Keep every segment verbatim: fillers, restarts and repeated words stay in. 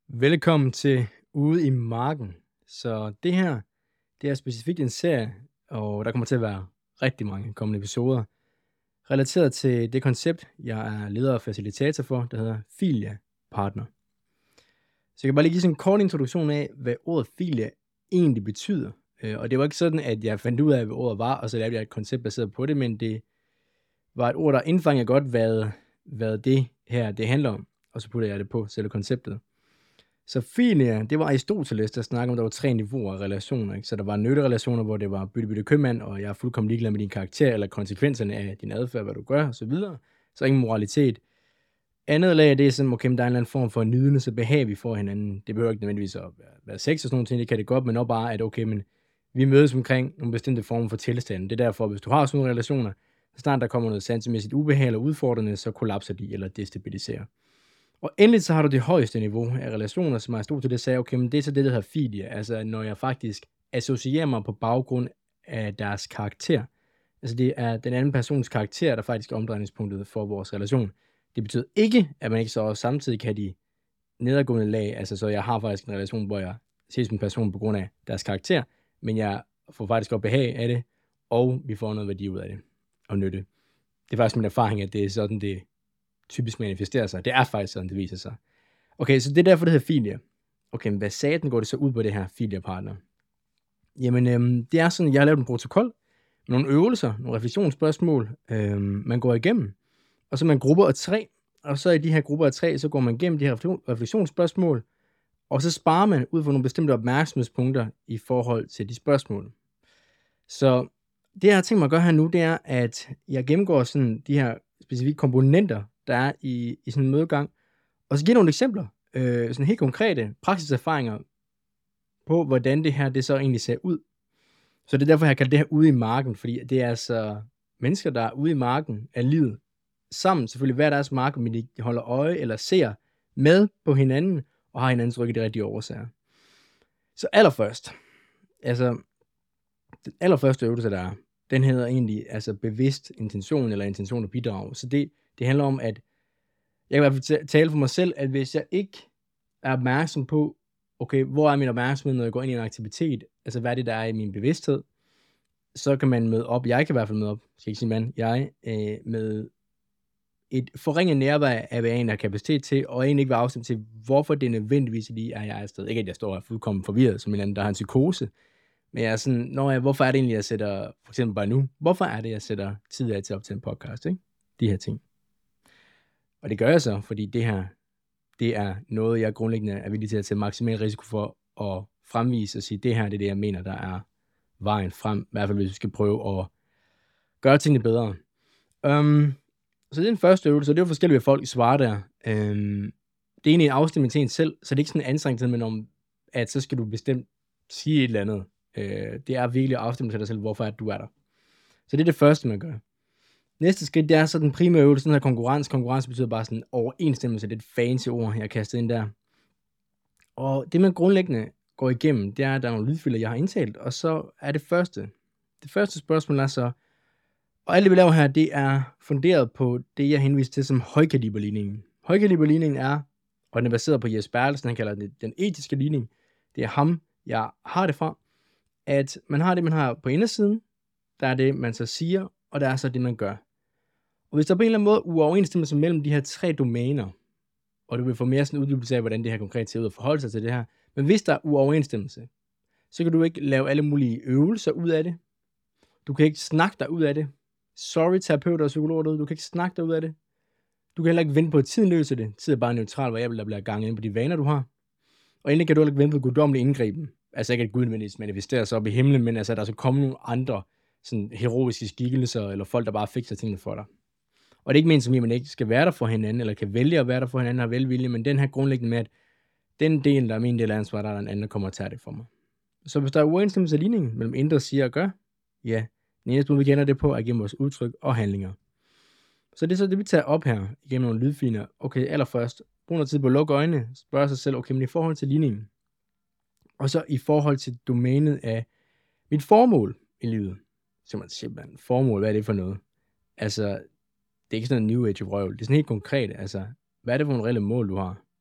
Velkommen til Ude i Marken. Så det her, det er specifikt en serie, og der kommer til at være rigtig mange kommende episoder, relateret til det koncept, jeg er leder og facilitator for, der hedder Filia Partner. Så jeg kan bare lige give sådan en kort introduktion af, hvad ordet filia egentlig betyder. Øh, Og det var ikke sådan, at jeg fandt ud af, hvad ordet var, og så lavede jeg et koncept baseret på det, men det var et ord, der indfangede godt, hvad, hvad det her det handler om. Og så putter jeg det på selve konceptet. Så filia, det var Aristoteles, der snakkede om, at der var tre niveauer af relationer. Ikke? Så der var nytterelationer, hvor det var bytte-bytte købmand, og jeg er fuldkommen ligeglad med din karakter, eller konsekvenserne af din adfærd, hvad du gør, osv. Så, så ingen moralitet. Andet lag, det er sådan, okay, der er en eller anden form for nydelse, behag, vi får hinanden. Det behøver ikke nødvendigvis at være, være sex og sådan nogle ting, det kan det godt, men også bare, at okay, men vi mødes omkring nogle bestemte former for tilstande. Det er derfor, hvis du har sådan nogle relationer, så snart der kommer noget sansemæssigt ubehag eller udfordrende, så kollapser de eller destabiliserer. Og endelig så har du det højeste niveau af relationer, som Aristoteles sagde, okay, men det er så det, der hedder filia, altså når jeg faktisk associerer mig på baggrund af deres karakter. Altså det er den anden persons karakter, der faktisk er omdrejningspunktet for vores relation. Det betyder ikke, at man ikke så også samtidig kan de nedadgående lag, altså så jeg har faktisk en relation, hvor jeg ses med en person på grund af deres karakter, men jeg får faktisk godt behag af det, og vi får noget værdi ud af det, og nytte. Det er faktisk min erfaring, at det er sådan, det typisk manifesterer sig. Det er faktisk sådan, det viser sig. Okay, så det er derfor, det hedder filia. Okay, men hvad satan går det så ud på det her filia-partner? Jamen, øhm, det er sådan, jeg har lavet en protokol med nogle øvelser, nogle refleksionsspørgsmål, øhm, man går igennem. Og så er man grupper af tre, og så i de her grupper af tre, så går man igennem de her refleksionsspørgsmål, og så sparer man ud fra nogle bestemte opmærksomhedspunkter i forhold til de spørgsmål. Så det, jeg har tænkt mig at gøre her nu, det er, at jeg gennemgår sådan de her specifikke komponenter, der er i, i sådan en mødegang, og så giver nogle eksempler, øh, sådan helt konkrete praksiserfaringer på, hvordan det her det så egentlig ser ud. Så det er derfor, jeg kalder det her ude i marken, fordi det er altså mennesker, der er ude i marken af livet, sammen selvfølgelig hver deres mark, men de holder øje eller ser med på hinanden, og har hinandens ryg i de rigtige årsager. Så allerførst, altså den allerførste øvelse, der er, den hedder egentlig altså bevidst intention, eller intention at bidrage. Så det, det handler om, at jeg kan i hvert fald tale for mig selv, at hvis jeg ikke er opmærksom på, okay, hvor er min opmærksomhed, når jeg går ind i en aktivitet, altså hvad er det, der er i min bevidsthed, så kan man møde op, jeg kan i hvert fald møde op, skal ikke sige man, jeg, øh, med et forringet nærvær af, hvad jeg egentlig har kapacitet til, og egentlig ikke være afstemt til, hvorfor det nødvendigvis lige er, jeg er afsted. Ikke at jeg står her fuldkommen forvirret, som en anden, der har en psykose, men jeg er sådan, når jeg, hvorfor er det egentlig, jeg sætter, for eksempel bare nu, hvorfor er det, jeg sætter tid af til at optage en podcast, ikke? De her ting. Og det gør jeg så, fordi det her, det er noget, jeg grundlæggende er villig til at tage maksimal risiko for at fremvise og sige, det her det er det, jeg mener, der er vejen frem, i hvert fald hvis vi skal prøve at gøre tingene bedre. Um, så det er den første øvelse, og det er jo forskelligt, hvad folk svarer der. Um, det er egentlig en afstemning til en selv, så det er ikke sådan en anstrengelse, men om, at så skal du bestemt sige et eller andet. Uh, det er virkelig at afstemme til dig selv, hvorfor at du er der. Så det er det første, man gør. Næste skridt, det er så den primære øvelse, den her konkurrence. Konkurrence betyder bare sådan overensstemmelse, det er et fancy ord, jeg har kastet ind der. Og det, man grundlæggende går igennem, det er, at der er nogle lydfiler, jeg har indtalt, og så er det første. Det første spørgsmål er så, og alt det, vi laver her, det er funderet på det, jeg henviser til som højkaliberligningen. Højkaliberligningen er, og den er baseret på Jes Bertelsen, han kalder det den etiske ligning. Det er ham, jeg har det fra, at man har det, man har på indersiden, der er det, man så siger, og der er så det, man gør. Og hvis der på en eller anden måde uoverensstemmelse mellem de her tre domæner, og du vil få mere sådan uddybelse af, hvordan det her konkret ser ud og forholde sig til det her, men hvis der er uoverensstemmelse, så kan du ikke lave alle mulige øvelser ud af det. Du kan ikke snakke dig ud af det. Sorry, terapeuter og psykologer derude, du kan ikke snakke dig ud af det. Du kan heller ikke vente på, at tiden løser det. Tid er bare neutral variabel, der bliver ganget ind på de vaner, du har. Og endelig kan du heller ikke vente på guddommelig indgriben. Altså ikke, at Gud manifesterer sig op i himlen, men altså, at der så kommer nogle andre sådan heroiske skikkelser, eller folk, der bare fikser tingene for dig. Og det er ikke ment som, at man ikke skal være der for hinanden, eller kan vælge at være der for hinanden, har velvilje, men den her grundlæggende med, at den del, der er min del af ansvaret, der er en anden, der kommer at tage det for mig. Så hvis der er uoverensstemmelse af ligningen mellem indre siger og gør, ja, den eneste måde, vi kender det på, er gennem vores udtryk og handlinger. Så det er så det, vi tager op her, igennem nogle lydfiler. Okay, allerførst, brug noget tid på at lukke øjnene, spørge sig selv, okay, men i forhold til ligningen, og så i forhold til domænet af mit formål i livet. Så man siger, man, formål, hvad er det for noget? Altså, det er ikke sådan noget new age røvel. Det er sådan helt konkret. Altså, hvad er det for nogle reelle mål, du har?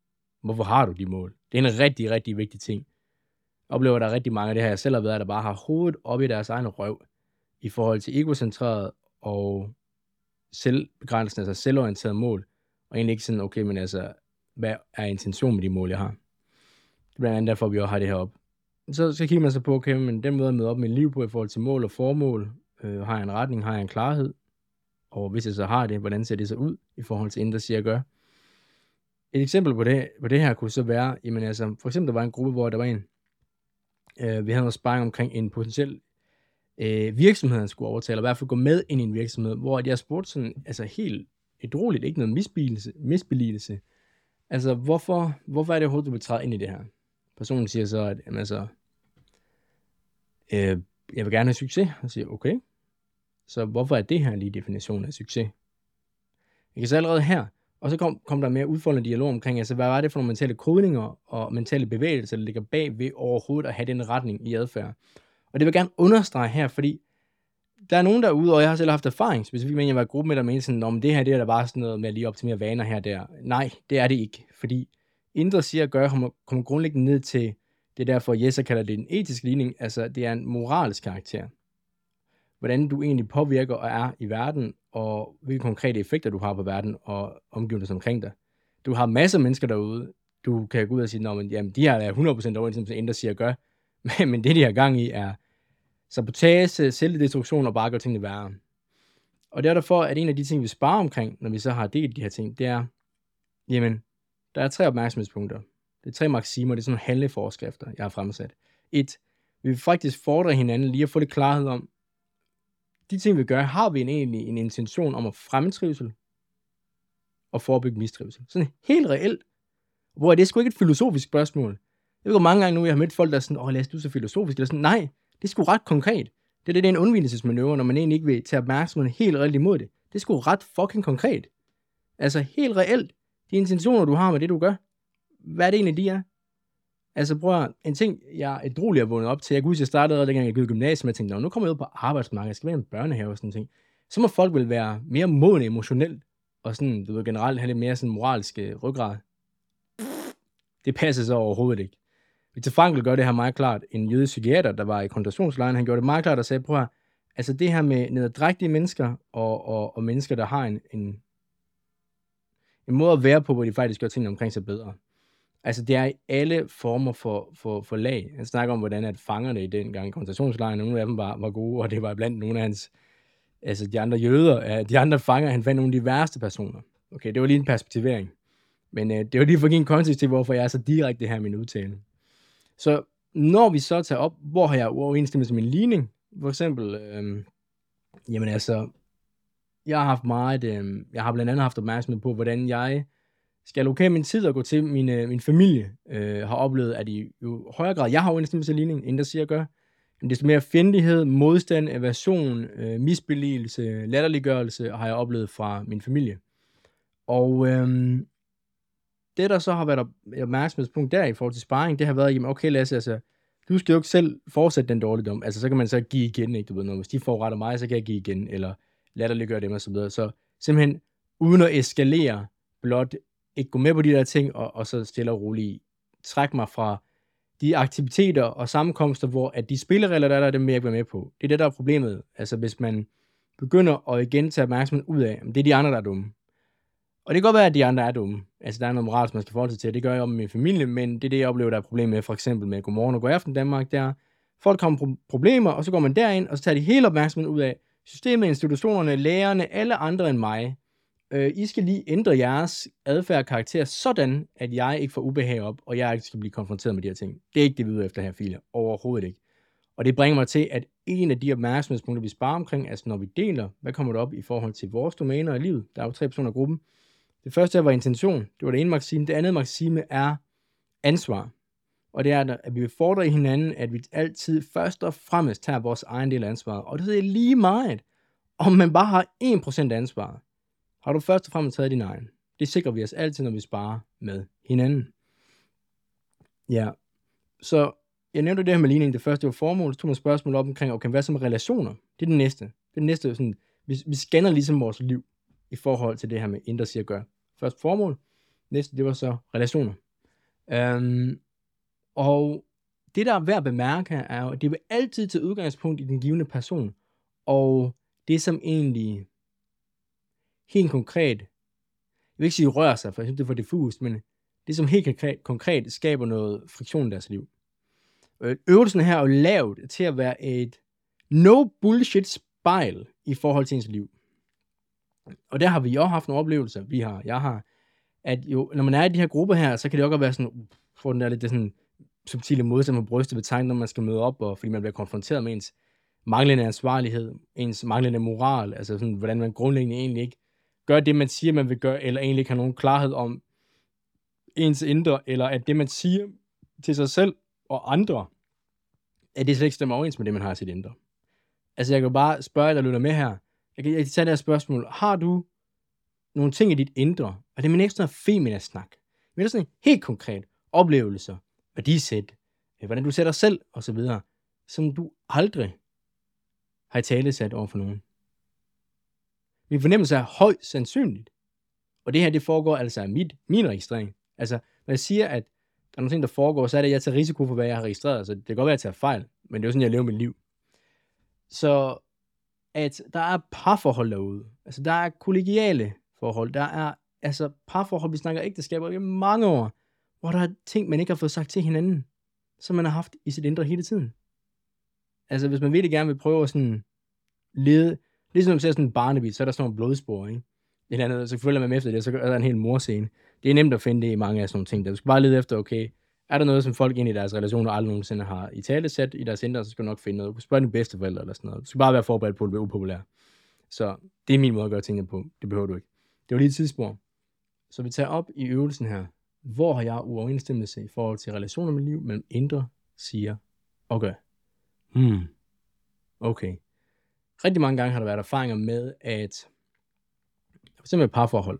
Hvorfor har du de mål? Det er en rigtig, rigtig vigtig ting. Jeg oplever, at der er rigtig mange af det her, jeg selv har været, der bare har hovedet op i deres egen røv i forhold til egocentreret og selvbegrænsende, altså selvorienteret mål, og egentlig ikke sådan, okay, men altså, hvad er intentionen med de mål, jeg har? Det er blandt andet derfor, vi også har det her op. Så, så kigger man så på, okay, men den måde at møde op med liv på i forhold til mål og formål, øh, har jeg en retning, har jeg en klarhed, og hvis jeg så har det, hvordan ser det så ud i forhold til, inden der siger at gøre? Et eksempel på det, på det her kunne så være, jamen altså, for eksempel der var en gruppe, hvor der var en, øh, vi havde noget sparring omkring en potentiel øh, virksomhed, han skulle overtale, og i hvert fald gå med ind i en virksomhed, hvor jeg spurgte sådan, altså helt edroligt, ikke noget misbilligelse, misbilligelse. Altså, hvorfor, hvorfor er det overhovedet, du vil træde ind i det her? Personen siger så, at jamen, altså, øh, jeg vil gerne have succes. Og siger, okay, så hvorfor er det her lige definitionen af succes? Jeg kan så allerede her, og så kom, kom der mere udfordrende dialog omkring, altså hvad var det for nogle mentale kodninger og mentale bevægelser, der ligger bag ved overhovedet at have den retning i adfærd. Og det vil jeg gerne understrege her, fordi der er nogen derude, og jeg har selv haft erfaring, specifikt med, at jeg var i gruppe med, der mente sådan, om det her, det er der bare sådan noget med at lige optimere vaner her og der. Nej, det er det ikke, fordi indre siger at gøre, kommer, kommer grundlæggende ned til, det er derfor, Jesser kalder det en etisk ligning, altså det er en moralsk karakter. Hvordan du egentlig påvirker og er i verden, og hvilke konkrete effekter du har på verden og omgivelserne omkring dig. Du har masser af mennesker derude, du kan gå ud og sige, at jamen, de her er hundrede procent overensstemmelse med, indre siger at gøre, men det de har gang i er sabotage, selvdestruktion og bare gøre tingene værre. Og det er derfor, at en af de ting, vi sparer omkring, når vi så har delt de her ting, det er, jamen, der er tre opmærksomhedspunkter. Det er tre maksimer, det er sådan nogle handleforskrifter, jeg har fremsat. Et, vi vil faktisk fordre hinanden lige at få lidt klarhed om, de ting, vi gør, har vi en, egentlig en intention om at fremme trivsel og forebygge mistrivsel. Sådan helt reelt. Hvor det er sgu ikke et filosofisk spørgsmål. Jeg ved mange gange nu, jeg har mødt folk, der er sådan, åh, Lasse, du er så filosofisk. Eller sådan, nej, det er sgu ret konkret. Det er det, det er en undvigelsesmanøvre, når man egentlig ikke vil tage opmærksomheden helt reelt imod det. Det er sgu ret fucking konkret. Altså helt reelt. De intentioner, du har med det, du gør. Hvad er det egentlig, de er? Altså prøv at, en ting, jeg et droligt er vundet op til. Jeg kunne huske, jeg startede, dengang jeg gik i gymnasiet, og jeg tænkte, nu kommer jeg ud på arbejdsmarkedet, jeg skal være en børnehave og sådan ting. Så må folk vel være mere modne emotionelt, og sådan, du ved, generelt have lidt mere sådan moralsk ryggrad. Det passer så overhovedet ikke. Viktor Frankl gør det her meget klart. En jødisk psykiater, der var i koncentrationslejren, han gjorde det meget klart og sagde, prøv at, altså det her med nederdrægtige mennesker, og, og, og mennesker, der har en, en, en måde at være på, hvor de faktisk gør tingene omkring sig bedre. Altså det er i alle former for, for, for lag. Han snakker om, hvordan at fangerne i den gang i koncentrationslejren, nogle af dem var, var gode, og det var blandt nogle af hans, altså de andre jøder, de andre fanger, han fandt nogle af de værste personer. Okay, det var lige en perspektivering. Men øh, det var lige for at give en kontekst til, hvorfor jeg er så direkte her i min udtale. Så når vi så tager op, hvor har jeg uoverensstemmelse med min ligning? For eksempel, øh, jamen altså, jeg har haft meget, øh, jeg har blandt andet haft opmærksomhed på, hvordan jeg skal allokere min tid og gå til min, øh, min familie, øh, har oplevet, at i jo højere grad, jeg har uoverensstemmelse med ligningen, end der siger at gøre, desto mere fjendtlighed, modstand, aversion, øh, misbilligelse, latterliggørelse har jeg oplevet fra min familie. Og øh, det, der så har været opmærksomhedspunkt der i forhold til sparring, det har været, jamen okay Lasse, altså, du skal jo ikke selv fortsætte den dårligdom. Altså, så kan man så give igen, ikke? Du ved, når hvis de foruretter mig, så kan jeg give igen, eller latterliggøre dem og så videre. Så simpelthen, uden at eskalere, blot ikke gå med på de der ting, og, og så stille og roligt træk mig fra de aktiviteter og sammenkomster, hvor at de spilleregler, der er der, dem vil jeg ikke være med på. Det er det, der er problemet. Altså, hvis man begynder at igen tage opmærksomhed ud af, det er de andre, der er dumme. Og det kan godt være, at de andre er dumme. Altså, der er noget moralsk, man skal forholde sig til. Det gør jeg om med min familie, men det er det, jeg oplever, der er problem med, for eksempel med Godmorgen og Godaften Danmark, der folk kommer på problemer, og så går man derind, og så tager de hele opmærksomheden ud af systemet, institutionerne, lærerne, alle andre end mig. Øh, I skal lige ændre jeres adfærd og karakter, sådan at jeg ikke får ubehag op, og jeg ikke skal blive konfronteret med de her ting. Det er ikke det, vi er ude efter her, Filer. Overhovedet ikke. Og det bringer mig til, at en af de opmærksomhedspunkter, vi sparer omkring, altså når vi deler, hvad kommer der op i forhold til vores domæner i livet? Der er jo tre personer i gruppen. Det første var intention. Det var det ene maksime. Det andet maksime er ansvar. Og det er, at vi vil fordre hinanden, at vi altid først og fremmest tager vores egen del af ansvaret. Og det er lige meget, om man bare har en procent ansvar. Har du først og fremmest taget din egen. Det sikrer vi os altid, når vi sparer med hinanden. Ja, så jeg nævnte det her med ligning. Det første var formål. Så tog man spørgsmål op omkring, okay, hvad så med relationer? Det er den næste. Det er den næste, sådan, vi, vi scanner ligesom vores liv i forhold til det her med indre siger gør. Først formål. Næste, det var så relationer. Øhm, og det, der er værd at bemærke, er jo, at det vil altid tage udgangspunkt i den givende person. Og det, som egentlig helt konkret, jeg vil ikke sige rører sig, for jeg synes, det er for diffust, men det, som helt konkret, konkret skaber noget friktion i deres liv. Øh, Øvelsen her er jo lavet til at være et no bullshit spejl i forhold til ens liv. Og der har vi jo haft nogle oplevelser, vi har, jeg har, at jo, når man er i de her grupper her, så kan det også godt være sådan, uh, få den der lidt det sådan subtile modstand på brystet ved tanken, når man skal møde op, og fordi man bliver konfronteret med ens manglende ansvarlighed, ens manglende moral, altså sådan, hvordan man grundlæggende egentlig ikke gør det, man siger, man vil gøre, eller egentlig ikke har nogen klarhed om ens indre, eller at det, man siger til sig selv og andre, at det slet ikke stemmer overens med det, man har i sit indre. Altså, jeg kan bare spørge, der lytter med her. Jeg kan, jeg kan tage det her spørgsmål. Har du nogle ting i dit indre, og det er min ekstra femina snak, men det er sådan helt konkret oplevelser, værdisæt, hvordan du sætter dig selv, og så videre, som du aldrig har i talesat over for nogen. Min fornemmelse er højst sandsynligt, og det her, det foregår altså af mit, min registrering. Altså, når jeg siger, at der er nogle ting, der foregår, så er det, at jeg tager risiko for, hvad jeg har registreret, så det kan godt være, at jeg tager fejl, men det er jo sådan, jeg lever mit liv. Så at der er parforhold derude, altså der er kollegiale forhold, der er altså parforhold, vi snakker ægteskaber i mange år, hvor der er ting, man ikke har fået sagt til hinanden, som man har haft i sit indre hele tiden. Altså hvis man virkelig gerne vil prøve at sådan lede, ligesom når man ser sådan en barnebit, så er der sådan nogle blodspor, ikke? Et eller andet, så følger man med efter det, så er der en hel morscene. Det er nemt at finde det i mange af sådan nogle ting. Der du skal bare lede efter, okay, er der noget, som folk ind i deres relationer aldrig nogensinde har i talesæt i deres indre, så skal du nok finde noget. Du skal spørge dine bedsteforældre eller sådan noget. Du skal bare være forberedt på, at det bliver upopulær. Så det er min måde at gøre tingene på. Det behøver du ikke. Det var lige et tidsspor. Så vi tager op i øvelsen her. Hvor har jeg uoverensstemmelse i forhold til relationer med liv mellem indre, siger og gør? Hmm. Okay. Rigtig mange gange har der været erfaringer med, at for eksempel et parforhold.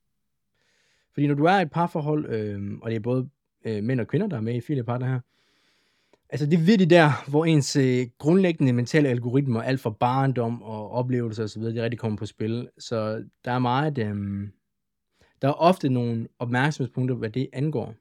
Fordi når du er i et parforhold, øh, og det er både øh, mænd og kvinder, der er med i filipartner her, altså det er virkelig der, hvor ens øh, grundlæggende mentale algoritmer, alt fra barndom og oplevelser osv., det rigtig kommer på spil. Så der er meget, øh, der er ofte nogle opmærksomhedspunkter, hvad det angår.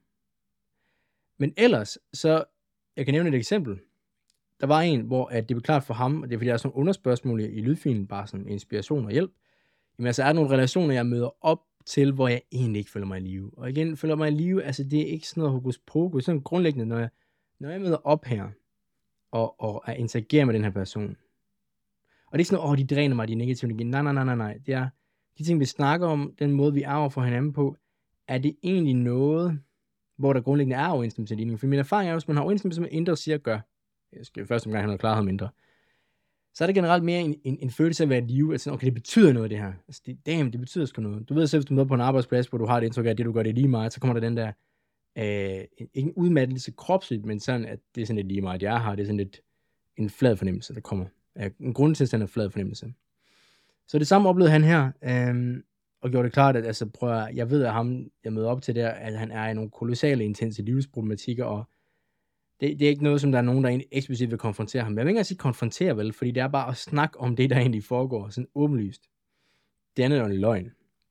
Men ellers, så, jeg kan nævne et eksempel. Der var en, hvor at det blev klart for ham, og det er fordi, der er sådan nogle underspørgsmål i, i lydfilen, bare sådan inspiration og hjælp. Jamen altså, er der nogle relationer, jeg møder op til, hvor jeg egentlig ikke føler mig i live. Og igen, føler mig i live, altså det er ikke sådan noget hokus pokus, sådan grundlæggende, når jeg, når jeg møder op her, og, og er interagerer med den her person. Og det er ikke sådan noget, åh, de dræner mig, de negative energi. Nej, nej, nej, nej, nej. Det er de ting, vi snakker om, den måde, vi er over for hinanden på, er det egentlig noget, hvor der grundlæggende er overensstemmelse i ligningen. For min erfaring er, at hvis man har overensstemmelse med indre, siger gør, jeg skal først omgang have noget klarhed mindre, så er det generelt mere en, en, en følelse af at være i live, altså okay, det betyder noget det her, altså det, damn, det betyder sgu noget. Du ved selv, hvis du møder på en arbejdsplads, hvor du har det indtryk af, at det du gør, det er lige meget, så kommer der den der, øh, ikke en udmattelse kropsligt, men sådan, at det er sådan lidt lige meget, jeg har, det er sådan lidt en flad fornemmelse, der kommer. En grundtilstand af flad fornemmelse. Så det samme oplevede han her, øh, og gjorde det klart, at altså, prøv at, jeg ved, at ham, jeg møder op til der, at han er i nogle kolossale intense livsproblematikker, og Det, det er ikke noget, som der er nogen, der egentlig eksplicit vil konfrontere ham. Jeg vil ikke engang sige konfrontere, vel, fordi det er bare at snakke om det, der egentlig foregår, sådan åbenlyst. Det andet er jo en løgn.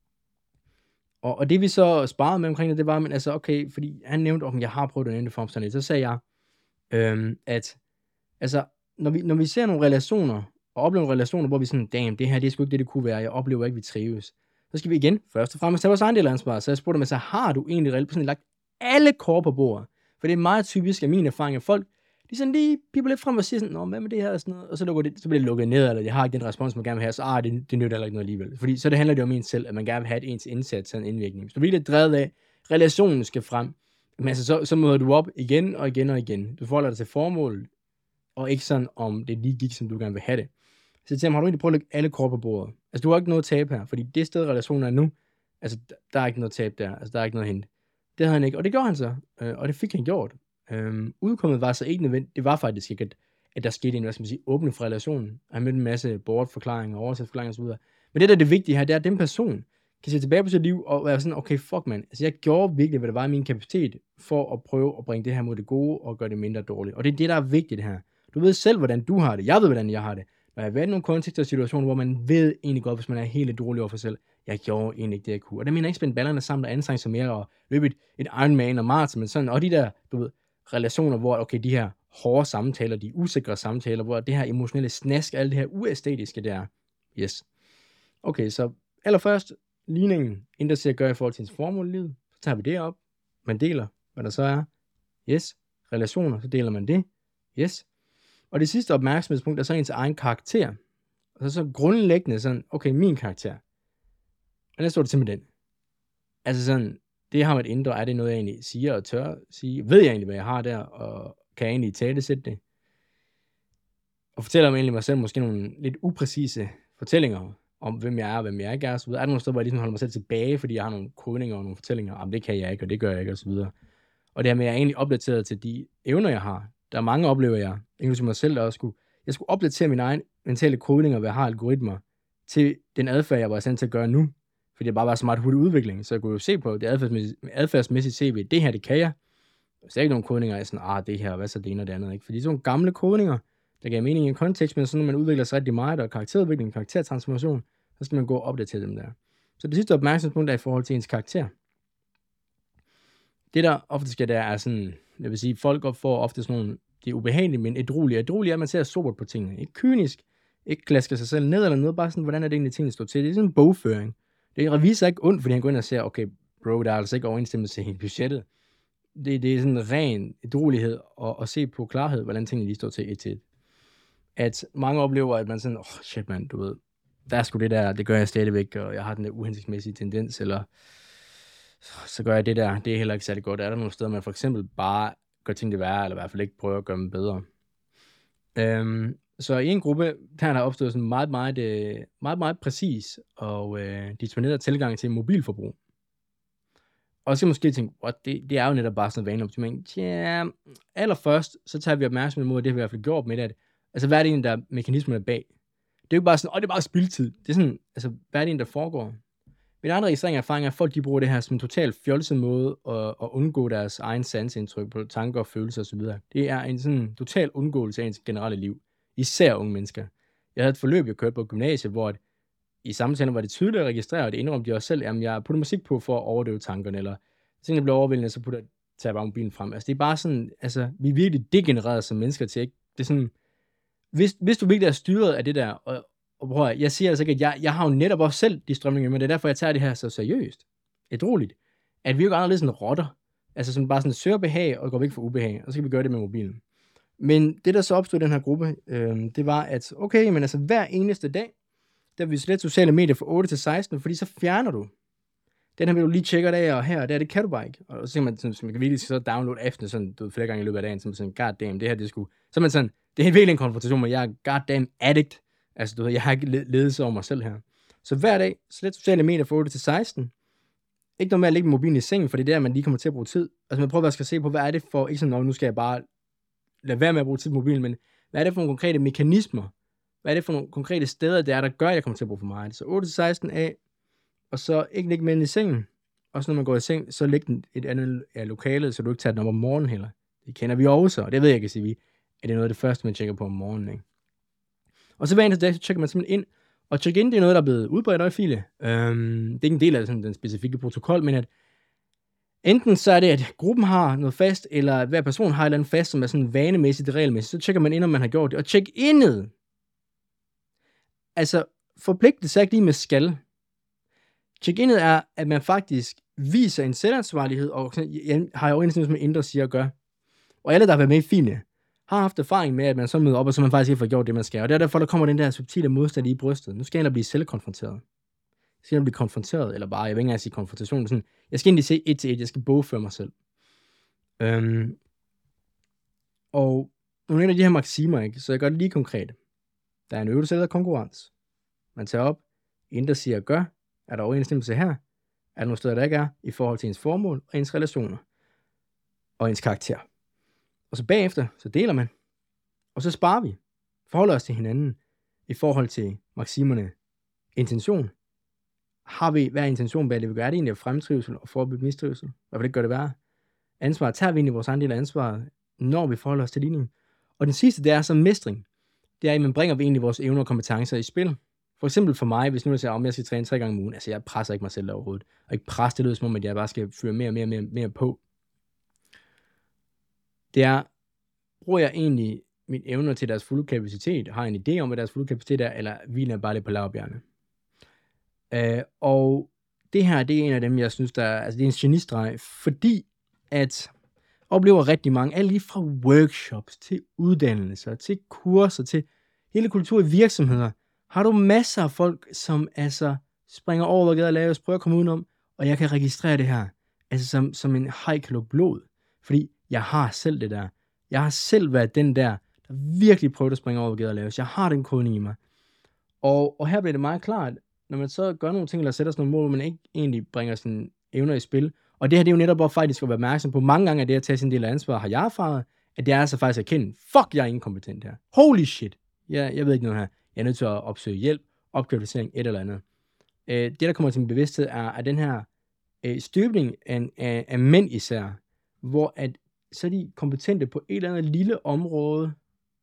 Og, og det vi så sparede med omkring det, det var, men altså okay, fordi han nævnte, om jeg har prøvet at nævne form sådan lidt, så sagde jeg, øhm, at altså, når vi, når vi ser nogle relationer, og oplever nogle relationer, hvor vi sådan, damn, det her, det er sgu ikke det, det kunne være, jeg oplever ikke, vi trives. Så skal vi igen, først og fremmest tage vores egen del af ansvar. Så jeg spurgte dem, altså, har du egentlig reelt sådan lagt alle kort på bordet? For det er meget typisk af min erfaring, at folk, de sådan lige piper lidt frem og siger sådan, nå, hvad med det her og sådan noget, og så, lukker det, så bliver det lukket ned, eller jeg har ikke den respons, man gerne vil have, så ah, det, det nytter heller ikke noget alligevel. Fordi så det handler det om en selv, at man gerne vil have et ens indsats, sådan en indvirkning. Hvis du virkelig er drevet af, relationen skal frem, men altså, så, så møder du op igen og igen og igen. Du forholder dig til formålet, og ikke sådan, om det lige gik, som du gerne vil have det. Så til ham, har du egentlig prøvet at lægge alle kort på bordet? Altså, du har ikke noget tab her, fordi det sted, relationen er nu, altså, der er ikke noget tab der, altså, der er ikke noget hente. Det havde han ikke, og det gjorde han så, øh, og det fik han gjort. Øhm, udkommet var så ikke nødvendigt, det var faktisk ikke, at, at der skete en, hvad skal man sige, åbne for relationen. Han mødte en masse bortforklaringer, oversætsforklaringer og så videre. Men det, der er det vigtige her, det er, at den person kan se tilbage på sit liv og være sådan, okay, fuck man, altså jeg gjorde virkelig, hvad der var i min kapacitet, for at prøve at bringe det her mod det gode, og gøre det mindre dårligt. Og det er det, der er vigtigt her. Du ved selv, hvordan du har det. Jeg ved, hvordan jeg har det. Når jeg har været i nogle kontekster og situationer, hvor man ved egentlig godt, hvis man er helt lidt dårlig over for sig selv, jeg gjorde egentlig ikke det, jeg kunne. Og det mener jeg ikke spænde ballerne sammen og anstrenge sig mere og løbe et, et Ironman og maraton, men sådan, og de der, du ved, relationer, hvor, okay, de her hårde samtaler, de usikre samtaler, hvor det her emotionelle snask, alt det her uæstetiske der, yes. Okay, så allerførst, ligningen, inden der gør i forhold til ens formål i livet, så tager vi det op, man deler, hvad der så er, yes, relationer, så deler man det, yes. Og det sidste opmærksomhedspunkt er så ens egen karakter. Og så, så grundlæggende sådan, okay, min karakter. Hvordan står det til med den? Altså sådan, det har med et indre, er det noget, jeg egentlig siger og tør sige? Ved jeg egentlig, hvad jeg har der, og kan jeg egentlig talesætte det? Og fortæller mig egentlig mig selv måske nogle lidt upræcise fortællinger om, hvem jeg er og hvem jeg ikke er, og så videre. Er der nogle steder, hvor jeg ligesom holder mig selv tilbage, fordi jeg har nogle kodninger og nogle fortællinger, om det kan jeg ikke, og det gør jeg ikke, og så videre. Og det her med, at jeg er egentlig opdateret til de evner, jeg har. Der er mange, oplever jeg, inklusive mig selv, der også skulle, jeg skulle opdatere mine egne mentale kodninger, hvad jeg har algoritmer, til den adfærd, jeg var i stand til at gøre nu. Fordi det bare var så meget hurtig udvikling, så jeg kunne jo se på det adfærdsmæssigt, adfærdsmæssigt C V, det her, det kan jeg. Hvis der er ikke nogen kodninger, jeg er sådan, ah, det her, hvad så det ene og det andet, ikke? Fordi sådan nogle gamle kodninger, der gav mening i en kontekst, men så når man udvikler sig rigtig meget, og karakterudvikling, karaktertransformation, så skal man gå og opdatere dem der. Så det sidste opmærksomhedspunkt er i forhold til ens karakter. Det der ofte sker, der er sådan, jeg vil sige, folk får ofte sådan nogle, det er ubehageligt, men ædruelige. Ædruelige er, at man ser sobert på tingene. Ikke kynisk, ikke klasker sig selv ned eller noget, bare sådan, hvordan er det egentlig, tingene står til. Det er sådan en bogføring. Det er revisor ikke ondt, fordi han går ind og siger, okay, bro, der er altså ikke overensstemmelse i budgettet. Det, det er sådan en ren ædruelighed at, at se på klarhed, hvordan tingene lige står til et til et. At mange oplever, at man sådan, åh, oh, shit man, du ved, der er sgu det der, det gør jeg stadigvæk, og jeg har den der uhensigtsmæssige tendens, eller så gør jeg det der, det er heller ikke særlig godt. Er der nogle steder, man for eksempel bare gør ting det værre, eller i hvert fald ikke prøver at gøre dem bedre. Øhm, så i en gruppe, der er der opstået sådan meget, meget, meget, meget, meget præcis og øh, disciplineret tilgang til mobilforbrug. Og så skal måske tænke, what, det, det er jo netop bare sådan en vaneoptimering. Tja, allerførst, så tager vi opmærksomhed mod, det har vi i hvert fald gjort med det, at, altså hvad er det egentlig, der er mekanismerne bag? Det er jo ikke bare sådan, åh, det er bare spildtid. Det er sådan, altså, hvad er det egentlig, der foregår? Min andre registrering af erfaring er, at folk de bruger det her som en totalt fjolset måde at, at undgå deres egen sansindtryk på tanker og følelser osv. Det er en sådan total undgåelse af ens generelle liv. Især unge mennesker. Jeg havde et forløb, jeg kørte på gymnasiet, hvor i samtalen var det tydeligt at registrere, og det indrømte de også selv, at jeg putter musik på for at overdøve tankerne, eller hvis jeg bliver overvældende, så putter jeg bare mobilen frem. Altså det er bare sådan, altså vi er virkelig degenereret som mennesker til, ikke? Det er sådan, hvis, hvis du virkelig er styret af det der, og, og prøv at, jeg siger altså ikke, at jeg, jeg har jo netop også selv de strømninger, men det er derfor, jeg tager det her så seriøst, ædrueligt, at vi jo gør lidt sådan rotter, altså sådan bare sådan søger behag, og går væk fra ubehag, og så kan vi gøre det med mobilen. Men det, der så opstod i den her gruppe, øh, det var, at okay, men altså hver eneste dag, der vil vi slet sociale medier fra otte til seksten, fordi så fjerner du. Den her vil du lige tjekke af, og her og der, det kan du bare ikke. Og så siger man, sådan, så man kan virkelig så downloade appen sådan, du ved, flere gange i løbet af dagen, så man sådan, god damn, det her, det skulle. Så er man sådan, det er virkelig en konfrontation med, jeg er god damn addict. Altså, du ved, jeg har ikke ledelse over mig selv her. Så hver dag, slet sociale medier fra otte til seksten. Ikke noget med at lægge mobilen i sengen, for det er der, man lige kommer til at bruge tid. Altså, man prøver at skal se på, hvad er det for, ikke sådan, nu skal jeg bare lade være med at bruge tid på mobilen, men hvad er det for nogle konkrete mekanismer? Hvad er det for nogle konkrete steder, der er, der gør, at jeg kommer til at bruge for meget? Så otte til seksten af, og så ikke lægge mænd i sengen. Og så når man går i seng, så læg den et andet ja, lokale, så du ikke tager den op om morgenen heller. Det kender vi også, og det ved jeg ikke at sige, vi, at det er noget af det første, man tjekker på om morgenen. Ikke? Og så hver eneste dag, så tjekker man simpelthen ind. Og check-in, det er noget, der er blevet udbredt af file. Øhm, det er ikke en del af sådan, den specifikke protokol, men at enten så er det, at gruppen har noget fast, eller hver person har et eller andet fast, som er sådan vanemæssigt, regelmæssigt. Så tjekker man ind, om man har gjort det. Og check-indet, altså forpligtelse er ikke lige med skal. Check-inet er, at man faktisk viser en selvansvarlighed, og har jo overensstemmelse med indre siger og gør. Og alle, der har været med i fine, har haft erfaring med, at man så møder op, og så man faktisk ikke får gjort det, man skal. Og det er derfor, der kommer den der subtile modstand i brystet. Nu skal jeg blive selvkonfronteret. Jeg skal blive konfronteret, eller bare, jeg vil ikke engang sige konfrontation. Sådan, jeg skal egentlig se et til et, jeg skal bogføre mig selv. Øhm, og nogle af de her maximer, ikke? Så jeg gør det lige konkret. Der er en øvelse eller konkurrence. Man tager op, indre siger og gør. Er der overensstemmelse her? Er der nogle steder, der ikke er, i forhold til ens formål og ens relationer og ens karakter? Og så bagefter, så deler man, og så sparer vi. Forholder os til hinanden i forhold til maksimerne. Intention. Har vi, hvad er intention bag det, vi gør? Er det egentlig fremtrivsel og forebygge mistrivsel? Hvad vil det gøre det værre? Ansvar. Tager vi egentlig vores egen del af ansvaret, når vi forholder os til ligningen? Og den sidste, det er så mestring. Det er, at man bringer vi egentlig vores evner og kompetencer i spil. For eksempel for mig, hvis nu jeg siger, om jeg skal træne tre gange om ugen, altså jeg presser ikke mig selv overhovedet. Og ikke presse, det lyder som om, at jeg bare skal føre mere og mere, mere, mere på. Det er, bruger jeg egentlig mine evner til deres fulde kapacitet? Har jeg en idé om, hvad deres fulde kapacitet er, eller hviler jeg bare lidt på lavbjergene? Øh, og det her, det er en af dem, jeg synes, der er, altså det er en genistreg, fordi at oplever rigtig mange, alt lige fra workshops til uddannelser, til kurser, til hele kultur i virksomheder, har du masser af folk, som altså springer over, hvad gader laves, prøver at komme udenom, og jeg kan registrere det her, altså som, som en hajklub blod, fordi jeg har selv det der. Jeg har selv været den der, der virkelig prøvede at springe over, hvad gader laves. Jeg har den kodning i mig. Og, og her bliver det meget klart, når man så gør nogle ting, eller sætter sådan nogle mål, hvor man ikke egentlig bringer sine evner i spil. Og det her, det er jo netop bare faktisk at være opmærksom på. Mange gange af det at tage sin del af ansvar, har jeg erfaret, at det er altså faktisk at erkende, fuck, jeg er inkompetent her. Holy shit. Jeg, jeg ved ikke noget her. Jeg er nødt til at opsøge hjælp, opkvalificering, et eller andet. Øh, det, der kommer til min bevidsthed, er, er den her øh, støbning af, af, af mænd især, hvor at, så er de kompetente på et eller andet lille område,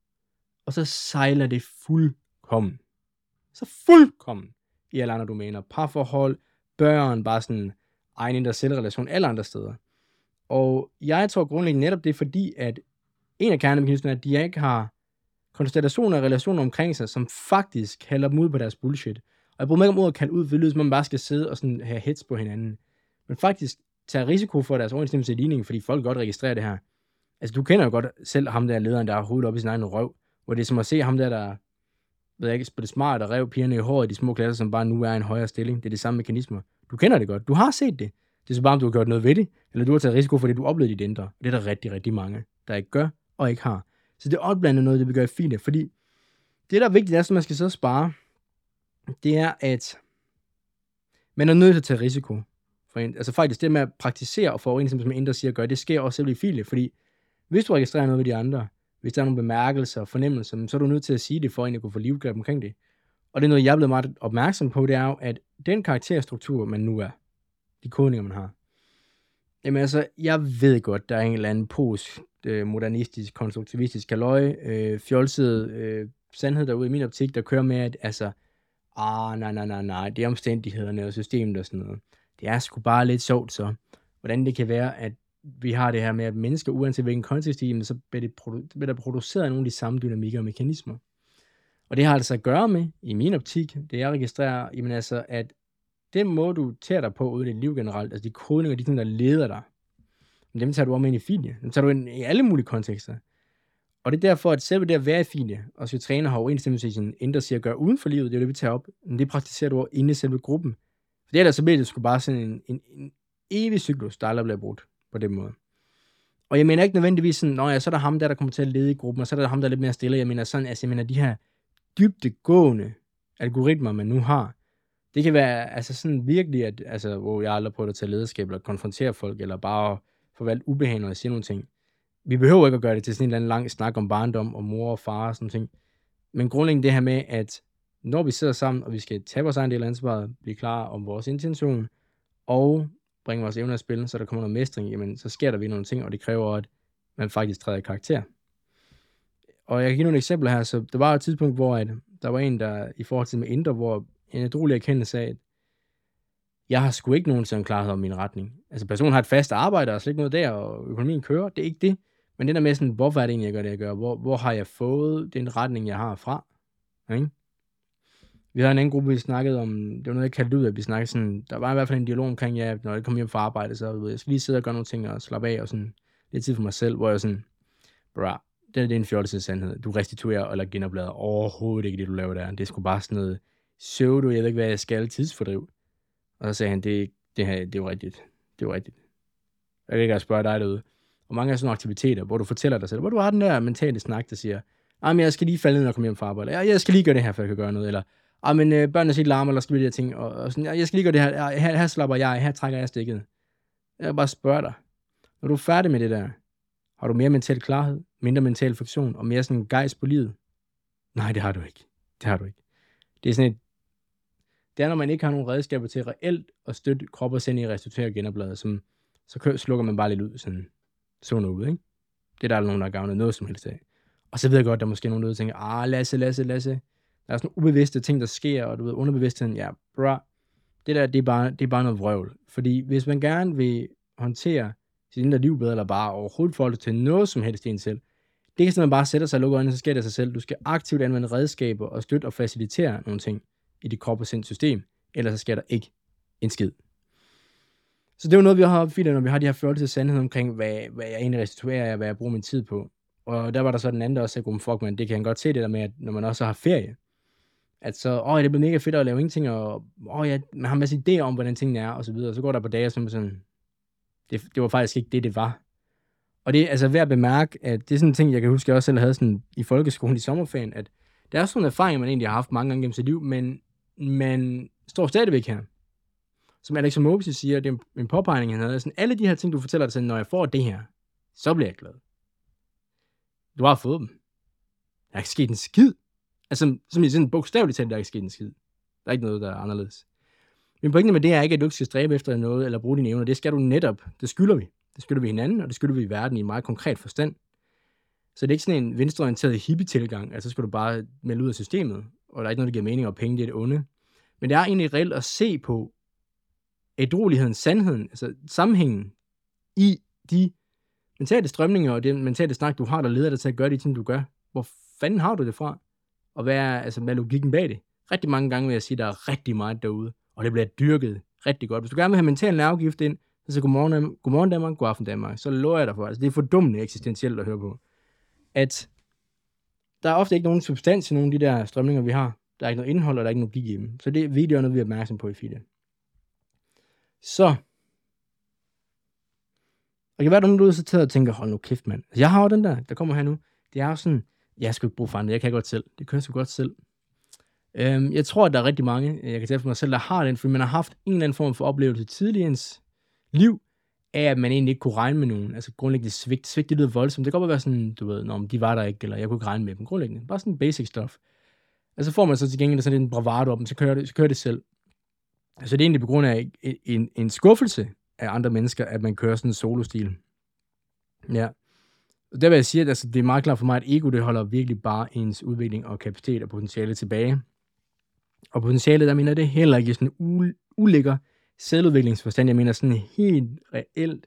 og så sejler det fuldkommen. Så fuldkommen i alle andre domæner. Parforhold, børn, bare sådan egen indre selvrelation, alle andre steder. Og jeg tror grundlæggende netop det er fordi, at en af kernemekanismerne er, at de ikke har konstellationer og relationer omkring sig, som faktisk kalder dem ud på deres bullshit. Og jeg bruger ikke om ordet at kalde ud, for det lyder som om man bare skal sidde og sådan have hits på hinanden. Men faktisk tage risiko for deres overensstemmelse i ligningen, fordi folk godt registrerer det her. Altså du kender jo godt selv ham der lederen, der har hovedet op i sin egen røv, hvor det er som at se ham der, der ved jeg ikke, spille smart og rev pigerne i håret i de små klasser, som bare nu er i en højere stilling. Det er de samme mekanismer. Du kender det godt. Du har set det. Det er så bare, om du har gjort noget ved det, eller du har taget risiko for det, du oplevede i dit indre. Det er der rigtig, rigtig mange, der ikke gør og ikke har. Så det er opblandet noget, det vil gøre fint, fordi det, der er vigtigt, er, som man skal så spare, det er, at man er nødt til at tage risiko. For en, altså faktisk det med at praktisere og få overensstemmelse med indre siger at gøre, det sker også selv i filet, fordi hvis du registrerer noget ved de andre, hvis der er nogle bemærkelser og fornemmelser, så er du nødt til at sige det, for at kunne få livgreb omkring det. Og det er noget, jeg er blevet meget opmærksom på, det er jo, at den karakterstruktur, man nu er, de kodninger, man har, jamen altså, jeg ved godt, der er en eller anden postmodernistisk, konstruktivistisk kaløje, øh, fjolset øh, sandhed derude i min optik, der kører med, at altså, ah, nej, nej, nej, nej, det er omstændighederne og systemet og sådan noget. Det er sgu bare lidt sjovt så, hvordan det kan være, at vi har det her med, at mennesker, uanset hvilken kontekst i, så bliver, det produ- bliver der produceret nogle af de samme dynamikker og mekanismer. Og det har altså at gøre med, i min optik, det jeg registrerer, jamen altså, at den måde, du tager dig på ude i dit liv generelt, altså de kodninger, de ting, der leder dig, dem tager du om ind i filie. Dem tager du ind i alle mulige kontekster. Og det er derfor, at selve det at være i filie, og så træner har overensstemmelse i sin indre siger at gøre uden for livet, det er det, vi tager op, men det praktiserer du inde i selve gruppen. For det er der så bliver det sgu bare sådan en, en, en evig cyklus, der aldrig bliver brugt på den måde. Og jeg mener ikke nødvendigvis sådan, nå ja, så er der ham der, der kommer til at lede i gruppen, og så er der ham, der er lidt mere stille. Jeg mener sådan, altså jeg mener de her dybdegående algoritmer, man nu har, det kan være altså sådan virkelig, at, altså, hvor jeg aldrig prøver at tage lederskab, eller konfrontere folk, eller bare forvalte ubehag, når jeg siger nogle ting. Vi behøver ikke at gøre det til sådan en eller anden lang snak om barndom, og mor og far og sådan ting. Men grundlæggende det her med, at når vi sidder sammen, og vi skal tage vores egen del af ansvaret, blive klar om vores intention, og bringe vores evner i spil, så der kommer noget mestring, jamen så sker der ved nogle ting, og det kræver, at man faktisk træder i karakter. Og jeg kan give nogle eksempler her, så der var et tidspunkt, hvor at der var en, der i forhold til med indre, hvor en ædruelig erkendelse af, at jeg har sgu ikke nogen sådan klarhed om min retning. Altså personen har et fast arbejde, og slet ikke noget der, og økonomien kører, det er ikke det. Men det der med sådan, hvorfor er det egentlig, jeg gør det, jeg gør? Hvor, hvor har jeg fået den retning, jeg har fra? Ikke? Vi havde en anden gruppe, vi snakkede om, det var noget, jeg kaldte ud, at vi snakkede sådan, der var i hvert fald en dialog omkring, ja, når jeg kom hjem fra arbejde, så ved, jeg skal lige sidde og gøre nogle ting og slappe af, og sådan lidt tid for mig selv, hvor jeg sådan, bra, det er, det er en fjollet sandhed. Du restituerer eller genoplader overhovedet ikke det, du laver der. Det er sgu bare sådan noget pseudo, jeg ved ikke, hvad jeg skal, tidsfordriv. Og så sagde han, det, det her, det er jo rigtigt. Det er jo rigtigt. Jeg kan ikke spørge dig derude. Og mange af sådan nogle aktiviteter, hvor du fortæller dig selv, hvor du har den der mentale snak, der siger, ah, men jeg skal lige falde ned og komme hjem fra arbejde. Jeg, jeg skal lige gøre det her, før jeg kan gøre noget. Eller, ah, men øh, børnene skal ikke larme, eller skal vi de her ting. Og, og sådan, jeg skal lige gøre det her. Her, her slapper jeg, her trækker jeg stikket. Jeg bare spørger dig. Når du er færdig med det der, har du mere mental klarhed, mindre mental funktion, og mere sådan en gejst på livet? Nej, det har du ikke. Det har du ikke. Det er sådan et, det er, når man ikke har nogen redskaber til reelt at støtte krop og sind i restituere og genoplade, som, så slukker man bare lidt ud, sådan, sådan ud, ikke? Det er der aldrig nogen, der har gavnet noget som helst af. Og så ved jeg godt, der er måske nogen, der tænker, ah, Lasse, Lasse, Lasse, Der er sådan nogle ubevidste ting, der sker, og du ved, underbevidstheden, ja, bro, det der, det er bare, det er bare noget vrøvl. Fordi hvis man gerne vil håndtere sit indre liv bedre, eller bare overhovedet forholde sig til noget som helst i en selv, det kan simpelthen bare sætte sig og lukke øjnene, så sker det af sig selv. Du skal aktivt anvende redskaber og støtte og facilitere nogle ting i dit krop og sindssystem, ellers så sker der ikke en skid. Så det er jo noget, vi har opfildet, når vi har de her følelser til sandhed omkring, hvad, hvad jeg egentlig restituerer, og hvad jeg bruger min tid på. Og der var der så den anden, der også sagde, oh, fuck man, det kan han godt se det der med, at når man også har ferie, at så, åh, det bliver mega fedt at lave ingenting, og åh, ja, man har en masse idéer om, hvordan tingene er, og så videre. Og så går der på dage, som sådan, det, det var faktisk ikke det, det var. Og det er altså værd at bemærke, at det er sådan en ting, jeg kan huske, jeg også selv havde sådan i folkeskolen i sommerferien, at der er sådan en erfaring, man egentlig har haft mange gange gennem sit liv, men man står stadigvæk her. Som Alex Hormozi siger, det er en påpegning, han havde, sådan, alle de her ting, du fortæller dig selv, når jeg får det her, så bliver jeg glad. Du har fået dem. Der er ikke sket en skid. Altså, som i sådan bogstaveligt talt, der er ikke sket en skid. Der er ikke noget, der er anderledes. Men pointen med det er ikke, at du ikke skal stræbe efter noget, eller bruge dine evner. Det skal du netop. Det skylder vi. Det skylder vi hinanden, og det skylder vi i verden i en meget konkret forstand. Så det er ikke sådan en venstreorienteret hippie-tilgang, altså så skal du bare melde ud af systemet, og der er ikke noget, der giver mening, og penge det er det onde. Men det er egentlig reelt at se på ædrueligheden, sandheden, altså sammenhængen i de mentale strømninger, og den mentale snak, du har, der leder dig til at gøre de ting, du gør. Hvor fanden har du det fra? Og hvad er, altså, hvad er logikken bag det? Rigtig mange gange vil jeg sige, at der er rigtig meget derude, og det bliver dyrket rigtig godt. Hvis du gerne vil have mental nervegift ind, så siger godmorgen, godmorgen Danmark, god aften Danmark, så lover jeg dig for. Altså, det er fordummende eksistentielt at høre på. At der er ofte ikke nogen substans i nogle af de der strømninger, vi har. Der er ikke noget indhold, og der er ikke noget logik i dem. Så det er videoer, noget vi er opmærksom på i F I D E. Så. Og kan være, der er nogen, der sidder og tænker, hold nu kæft, mand. Altså, jeg har jo den der, der kommer her nu. Det er jo sådan, jeg skal ikke bruge for andre, jeg kan godt selv. Det kan jeg sgu godt selv. Øhm, jeg tror, at der er rigtig mange, jeg kan tale for mig selv, der har den, fordi man har haft en eller anden form for oplevelse tidligere i ens liv, af at man egentlig ikke kunne regne med nogen. Altså grundlæggende svigt. Svigt, det lyder voldsomt. Det kan godt være sådan, du ved, når de var der ikke, eller jeg kunne ikke regne med dem. Grundlæggende. Bare sådan basic stuff. Altså får man så til gengæld sådan en bravado op, så kører det, så kører det selv. Altså det er egentlig på grund af en, en, en skuffelse af andre mennesker, at man kører sådan en solostil. Ja. Og der vil jeg sige, at altså, det er meget klart for mig, at ego, det holder virkelig bare ens udvikling og kapacitet og potentiale tilbage. Og potentialet, der mener det heller ikke sådan u- ulækker selvudviklingsforstand. Jeg mener sådan helt reelt.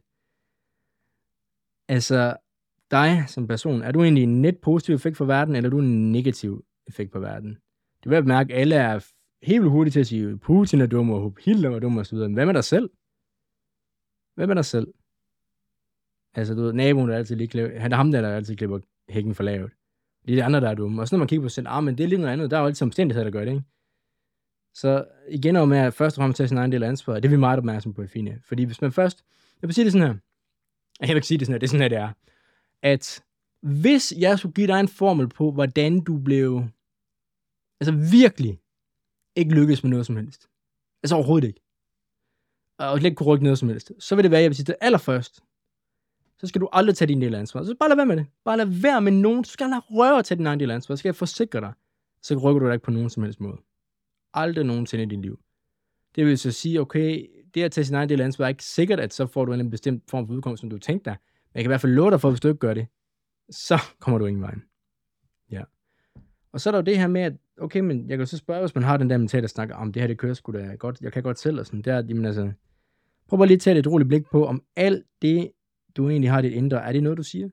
Altså, dig som person, er du egentlig en net positiv effekt for verden, eller er du en negativ effekt på verden? Du vil mærke, at alle er helt hurtigt til at sige, Putin er dum, og Hitler er dum, og så videre. Men hvad med dig selv? Hvad med dig selv? Altså, du ved, naboen, der altid lige klipper, han er ham der, der altid klipper hækken for lavt. Det er de andre, der er dumme. Og så når man kigger på sig selv, ah, men det er lidt noget andet. Der er jo altid omstændigheder, der gør det, ikke? Så igen over med at først og fremmest tage sin egen del af ansvaret, det er vi meget opmærksom på i F I N E. Fordi hvis man først, jeg vil sige det sådan her, jeg kan ikke sige det sådan her, det er sådan her, det er, at hvis jeg skulle give dig en formel på, hvordan du blev, altså virkelig, ikke lykkes med noget som helst, altså overhovedet ikke, og slet ikke kunne rykke noget som helst, så vil det være, at jeg vil sige det allerførst, så skal du aldrig tage din del af ansvaret. Så bare lad være med det. Bare lad være med nogen. Du skal aldrig røre at tage din egen del af ansvaret. Så skal jeg forsikre dig, så rykker du dig ikke på nogen som helst måde. Aldrig nogensinde i dit liv. Det vil så sige, okay, det at tage sin egen del af ansvaret er ikke sikkert, at så får du en bestemt form for udkomst, som du tænkte dig. Men jeg kan i hvert fald love dig for, at hvis du ikke gør det, så kommer du ingen vejen. Ja. Og så er der jo det her med, at okay, men jeg kan så spørge, hvis man har den der mentale snak, om det her, det kører sgu da godt, jeg kan godt selv, og sådan, det er, jamen altså, prøv bare lige at tage et roligt blik på, om alt det, du egentlig har i dit indre, er det noget, du siger?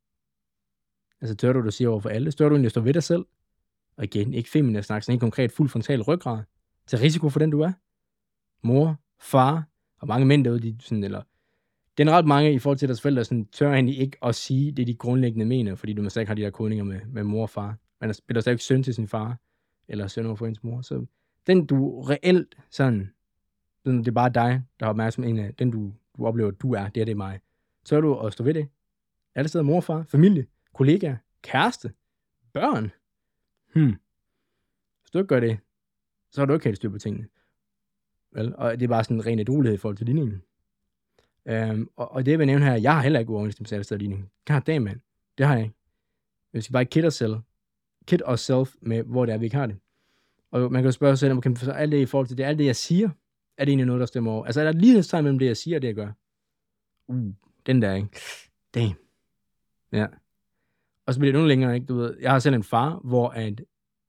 Altså, tør du, du siger over for alle? Tør du egentlig at stå ved dig selv? Og igen, ikke feminin snak, sådan en konkret fuld frontal ryggrad, til risiko for den, du er. Mor, far, og mange mænd derude, de sådan, eller generelt mange i forhold til deres forældre, sådan, tør egentlig ikke at sige det, de grundlæggende mener, fordi du måske ikke har de der kodninger med, med mor og far. Man spiller stadig ikke søn til sin far, eller søn over for ens mor. Så den, du reelt sådan, det er bare dig, der har opmærksomhed en af, den du, du oplever, at du er, det er det mig. Tør du at stå ved det? Alle steder mor, far, familie, kollegaer, kæreste, børn. Hmm. Hvis du ikke gør det, så har du ikke helt styr på tingene. Vel? Og det er bare sådan en ren edruelighed i forhold til ligningen. Um, og, og det jeg vil nævne her, jeg har heller ikke uoverensstemmelse alle steder ligning. God damn, man. Det har jeg ikke. Vi skal bare kid os selv. Kid os selv med, hvor det er, vi ikke har det. Og man kan jo spørge sig selv, okay, så alt det i forhold til det, alt det jeg siger, er det egentlig noget, der stemmer over? Altså er der et lighedstegn mellem det, jeg siger og det, jeg gør? Uh, den der, ikke? Damn. Ja. Og så bliver det endnu længere, ikke? Du ved, jeg har selv en far, hvor at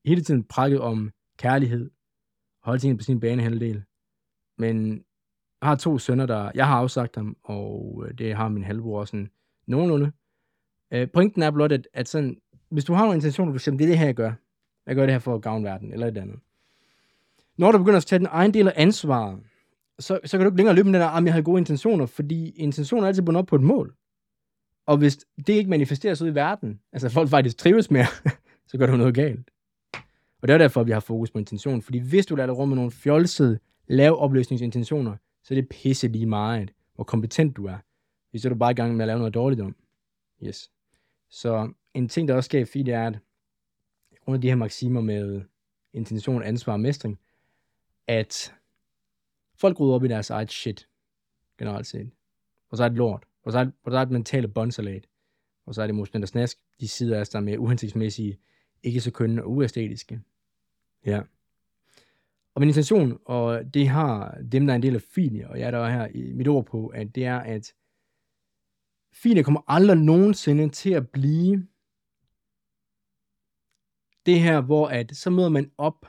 hele tiden prækket om kærlighed, holde tingene på sin banehalvdel. Men jeg har to sønner, der jeg har afsagt ham, og øh, det har min halvbror også sådan nogenlunde. Øh, pointen er blot, at, at sådan, hvis du har nogle intentioner, du siger, det er det her, jeg gør. Jeg gør det her for at gavne verden, eller et andet. Når du begynder at tage den egen del af ansvaret, så, så kan du ikke længere løbe med den der, om jeg havde gode intentioner, fordi intentioner er altid bundet op på et mål. Og hvis det ikke manifesteres ud i verden, altså folk faktisk trives mere, så gør du noget galt. Og det er derfor, vi har fokus på intention. Fordi hvis du lader dig rum med nogle fjolsede, lave opløsningsintentioner, så er det pisse lige meget, hvor kompetent du er. Hvis så er du bare i gang med at lave noget dårligt om. Yes. Så en ting, der også sker i F I, det er, at under de her maximer med intention, ansvar og mestring, at folk rydder op i deres eget shit, generelt set. Og så er det lort. Og så er det, og så er det mentale båndsalat. Og så er det emotionelt og snask. De sider af os, der er mere uhensigtsmæssige, ikke så kønne og uæstetiske. Ja. Og min intention, og det har dem, der er en del af F I, og jeg er der her i mit ord på, at det er, at F I kommer aldrig nogensinde til at blive det her, hvor at, så møder man op,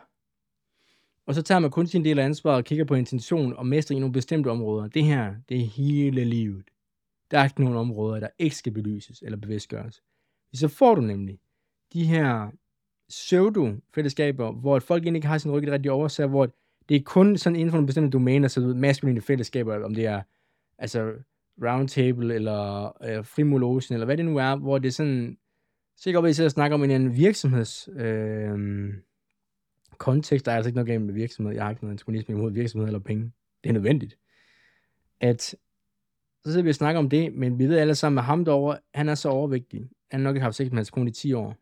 og så tager man kun sin del af ansvaret og kigger på intention og mestring i nogle bestemte områder. Det her, det er hele livet. Der er ikke nogen områder, der ikke skal belyses eller bevidstgøres. Så får du nemlig de her pseudo-fællesskaber, hvor folk egentlig ikke har sin ryg i det rigtige oversat, hvor det er kun sådan inden for nogle bestemte domæner, så maskuline fællesskaber, om det er altså roundtable eller øh, frimologen, eller hvad det nu er, hvor det er sådan, sikkert at I sidder og snakker om en virksomheds øh, kontekst, der er altså ikke noget galt med virksomhed, jeg har ikke noget antagonisme imod virksomhed eller penge, det er nødvendigt, at så sidder vi og snakker om det, men vi ved alle sammen, at ham derovre, han er så overvægtig, han har nok ikke haft sex med hans kone i ti år,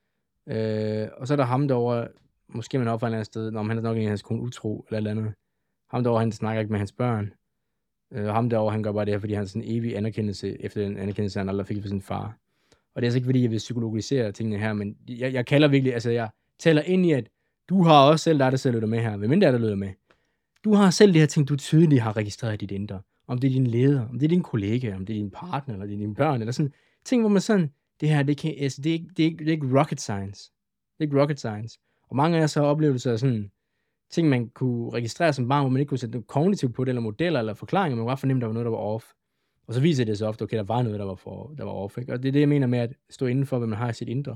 øh, og så er der ham derovre, måske man opfatter et eller andet sted, når han er nok en af hans kone utro, eller et eller andet, ham derovre, han snakker ikke med hans børn, øh, og ham derovre, han gør bare det her, fordi han har sådan en evig anerkendelse, efter den anerkendelse, han aldrig fik fra sin far. Og det er altså ikke, fordi jeg vil psykologisere tingene her, men jeg, jeg kalder virkelig, altså jeg taler ind i, at du har også selv, der er der selv lytter med her, hvem end der er, der lytter med. Du har selv de her ting, du tydeligt har registreret i dit indre. Om det er din leder, om det er din kollega, om det er din partner, eller det er dine børn, eller sådan ting, hvor man sådan, det her, det, kan, altså, det, er, ikke, det, er, ikke, det er ikke rocket science. Det er ikke rocket science. Og mange af os har oplevelser af sådan ting, man kunne registrere som barn, hvor man ikke kunne sætte noget kognitivt på det, eller modeller, eller forklaringer, man kunne bare fornemme, der var noget, der var off. Og så viser det sig ofte, okay, der var noget, der var, for, der var off. Ikke? Og det er det, jeg mener med at stå inden for, hvad man har i sit indre.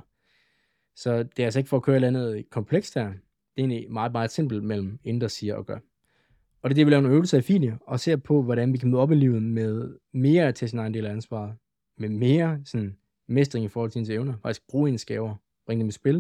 Så det er altså ikke for at køre et eller andet komplekst her. Det er egentlig meget, meget simpelt mellem indre, siger og gør. Og det er det, vi laver nogle øvelser i F I D I, og ser på, hvordan vi kan møde op i livet med mere til sin egen del af ansvaret. Med mere sådan, mestring i forhold til ens evner. Faktisk bruge ens gaver, bringe dem i spil.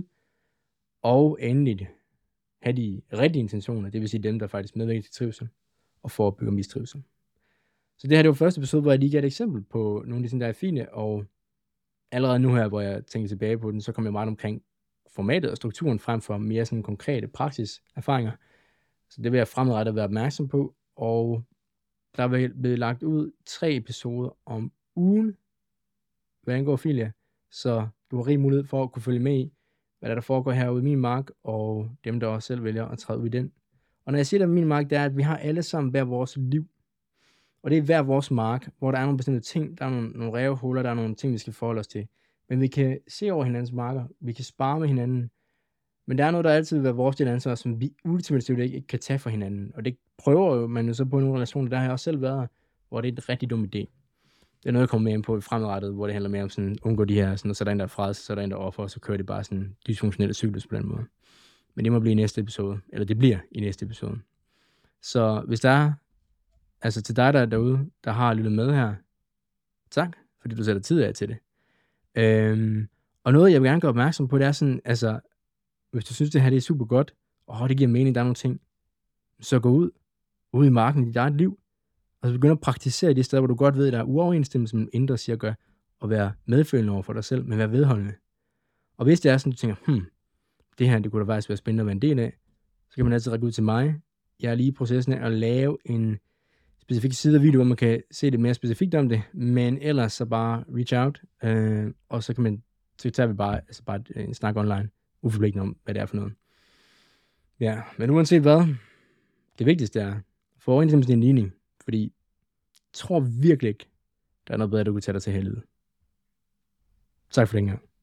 Og endelig have de rigtige intentioner, det vil sige dem, der faktisk medvirker til trivsel, og forebygger mistrivsel. Så det her det var første episode, hvor jeg lige gav et eksempel på nogle af de ting, der er fine, og allerede nu her, hvor jeg tænker tilbage på den, så kommer jeg meget omkring formatet og strukturen frem for mere sådan konkrete praksiserfaringer. Så det vil jeg fremadrettet være opmærksom på, og der vil blive lagt ud tre episoder om ugen, hvad angår Filia, så du har rig mulighed for at kunne følge med i, hvad der, der foregår herude i min mark, og dem, der også selv vælger at træde ud i den. Og når jeg siger det om min mark, det er, at vi har alle sammen hver vores liv. Og det er hver vores mark, hvor der er nogle bestemte ting, der er nogle, nogle rævehuller, der er nogle ting, vi skal forholde os til. Men vi kan se over hinandens marker, vi kan spare med hinanden, men der er noget, der altid vil være vores del af ansvar, som vi ultimativt ikke, ikke kan tage fra hinanden. Og det prøver jo man jo så på nogle relationer, der har jeg også selv været, hvor det er en rigtig dum idé. Det er noget, jeg kommer mere ind på i fremadrettet, hvor det handler mere om sådan, at undgå de her, sådan, og så er der en, der er freds, så er der en, der offer, og så kører det bare sådan dysfunktionelle cyklus på den måde. Men det må blive i næste episode, eller det bliver i næste episode. Så hvis der er, altså til dig, der er derude, der har lyttet med her, tak, fordi du sætter tid af til det. Øhm, og noget, jeg vil gerne gøre opmærksom på, det er sådan, altså, hvis du synes, det her det er super godt, og det giver mening, der er nogle ting, så gå ud, ud i marken i dit eget liv, og så begynd at praktisere de steder, hvor du godt ved, at der er uoverensstemmelse mellem indre siger gør, og være medfølende over for dig selv, men være vedholdende. Og hvis det er sådan, du tænker, hmm, det her, det kunne da faktisk være spændende at være en del af, så kan man altid række ud til mig. Jeg er lige i processen af at lave en specifik side af video, hvor man kan se det mere specifikt om det, men ellers så bare reach out, øh, og så kan man, så tager vi bare, altså bare en snak online, uforpligtende om, hvad det er for noget. Ja, men uanset hvad, det vigtigste er, få overensstemmelse i en ligning, fordi jeg tror virkelig ikke, der er noget bedre, du kan tage dig til helvede. Tak for den gang.